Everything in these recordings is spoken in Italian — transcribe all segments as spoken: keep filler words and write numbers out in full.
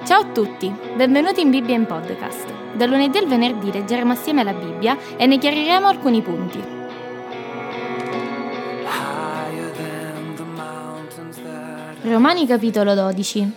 Ciao a tutti, benvenuti in Bibbia in Podcast. Dal lunedì al venerdì leggeremo assieme la Bibbia e ne chiariremo alcuni punti. Romani capitolo dodici.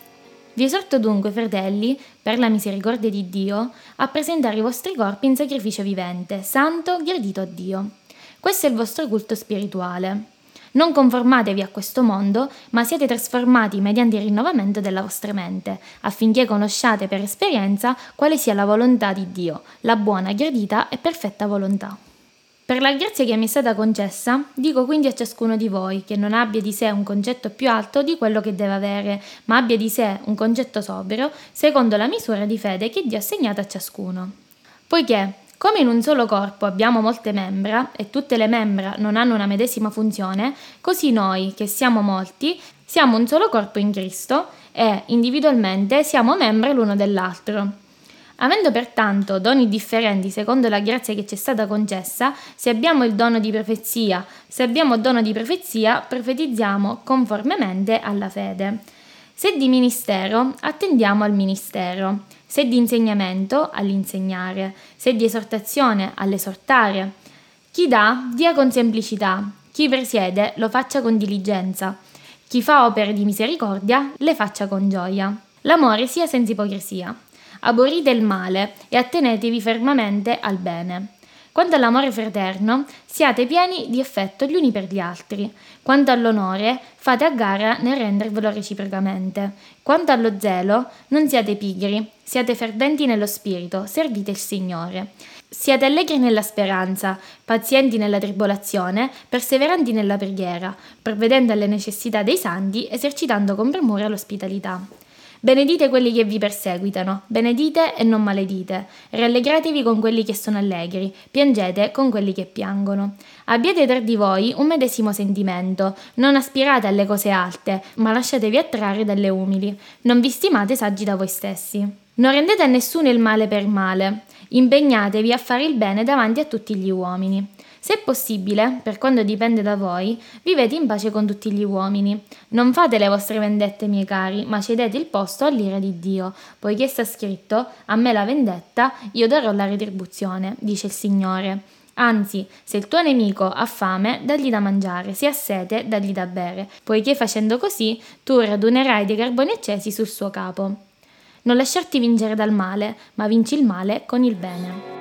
Vi esorto dunque, fratelli, per la misericordia di Dio, a presentare i vostri corpi in sacrificio vivente, santo, gradito a Dio. Questo è il vostro culto spirituale. Non conformatevi a questo mondo, ma siate trasformati mediante il rinnovamento della vostra mente, affinché conosciate per esperienza quale sia la volontà di Dio, la buona, gradita e perfetta volontà. Per la grazia che mi è stata concessa, dico quindi a ciascuno di voi che non abbia di sé un concetto più alto di quello che deve avere, ma abbia di sé un concetto sobrio, secondo la misura di fede che Dio ha assegnato a ciascuno. Poiché, come in un solo corpo abbiamo molte membra e tutte le membra non hanno una medesima funzione, così noi, che siamo molti, siamo un solo corpo in Cristo e, individualmente, siamo membri l'uno dell'altro. Avendo pertanto doni differenti secondo la grazia che ci è stata concessa, se abbiamo il dono di profezia, se abbiamo dono di profezia, profetizziamo conformemente alla fede. Se di ministero, attendiamo al ministero. Se di insegnamento, all'insegnare. Se di esortazione, all'esortare. Chi dà, dia con semplicità. Chi presiede, lo faccia con diligenza. Chi fa opere di misericordia, le faccia con gioia. L'amore sia senza ipocrisia. Aborrite il male e attenetevi fermamente al bene. Quanto all'amore fraterno, siate pieni di affetto gli uni per gli altri. Quanto all'onore, fate a gara nel rendervelo reciprocamente. Quanto allo zelo, non siate pigri, siate ferventi nello spirito, servite il Signore. Siate allegri nella speranza, pazienti nella tribolazione, perseveranti nella preghiera, provvedendo alle necessità dei santi, esercitando con premura l'ospitalità. Benedite quelli che vi perseguitano, benedite e non maledite, rallegratevi con quelli che sono allegri, piangete con quelli che piangono. Abbiate tra di voi un medesimo sentimento, non aspirate alle cose alte, ma lasciatevi attrarre dalle umili, non vi stimate saggi da voi stessi. Non rendete a nessuno il male per male, impegnatevi a fare il bene davanti a tutti gli uomini. Se possibile, per quanto dipende da voi, vivete in pace con tutti gli uomini. Non fate le vostre vendette, miei cari, ma cedete il posto all'ira di Dio, poiché sta scritto: a me la vendetta, io darò la retribuzione, dice il Signore. Anzi, se il tuo nemico ha fame, dagli da mangiare, se ha sete, dagli da bere, poiché facendo così tu radunerai dei carboni accesi sul suo capo. Non lasciarti vincere dal male, ma vinci il male con il bene.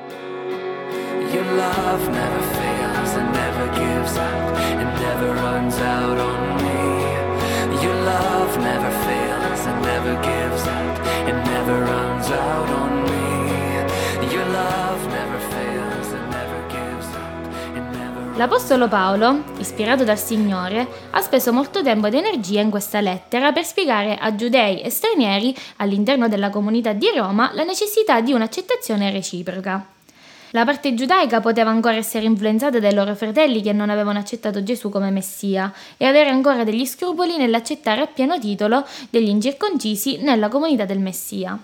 Your love never fails and never gives up and never runs out on me. Your love never fails and never gives up and never runs out on me. Your love never fails and never gives up and never. L'Apostolo Paolo, ispirato dal Signore, ha speso molto tempo ed energia in questa lettera per spiegare a giudei e stranieri all'interno della comunità di Roma la necessità di un'accettazione reciproca. La parte giudaica poteva ancora essere influenzata dai loro fratelli che non avevano accettato Gesù come Messia e avere ancora degli scrupoli nell'accettare a pieno titolo degli incirconcisi nella comunità del Messia.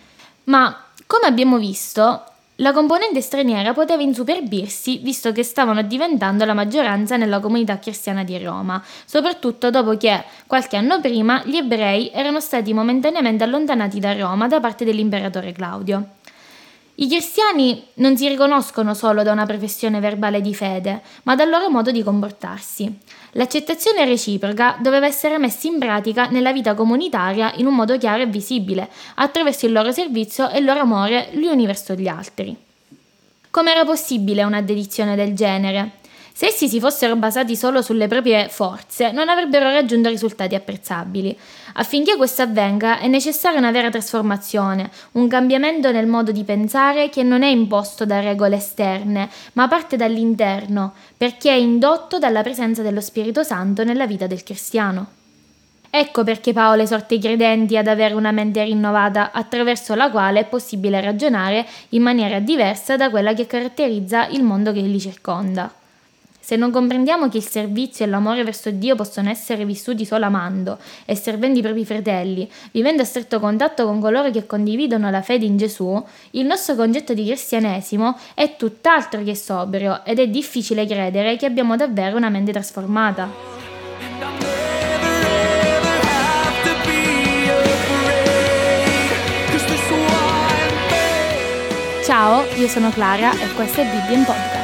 Ma, come abbiamo visto, la componente straniera poteva insuperbirsi visto che stavano diventando la maggioranza nella comunità cristiana di Roma, soprattutto dopo che, qualche anno prima, gli ebrei erano stati momentaneamente allontanati da Roma da parte dell'imperatore Claudio. I cristiani non si riconoscono solo da una professione verbale di fede, ma dal loro modo di comportarsi. L'accettazione reciproca doveva essere messa in pratica nella vita comunitaria in un modo chiaro e visibile, attraverso il loro servizio e il loro amore gli uni verso gli altri. Com'era possibile una dedizione del genere? Se essi si fossero basati solo sulle proprie forze, non avrebbero raggiunto risultati apprezzabili. Affinché questo avvenga è necessaria una vera trasformazione, un cambiamento nel modo di pensare che non è imposto da regole esterne, ma parte dall'interno, perché è indotto dalla presenza dello Spirito Santo nella vita del cristiano. Ecco perché Paolo esorta i credenti ad avere una mente rinnovata attraverso la quale è possibile ragionare in maniera diversa da quella che caratterizza il mondo che li circonda. Se non comprendiamo che il servizio e l'amore verso Dio possono essere vissuti solo amando e servendo i propri fratelli, vivendo a stretto contatto con coloro che condividono la fede in Gesù, il nostro concetto di cristianesimo è tutt'altro che sobrio ed è difficile credere che abbiamo davvero una mente trasformata. Ciao, io sono Clara e questo è Bibbia in Podcast.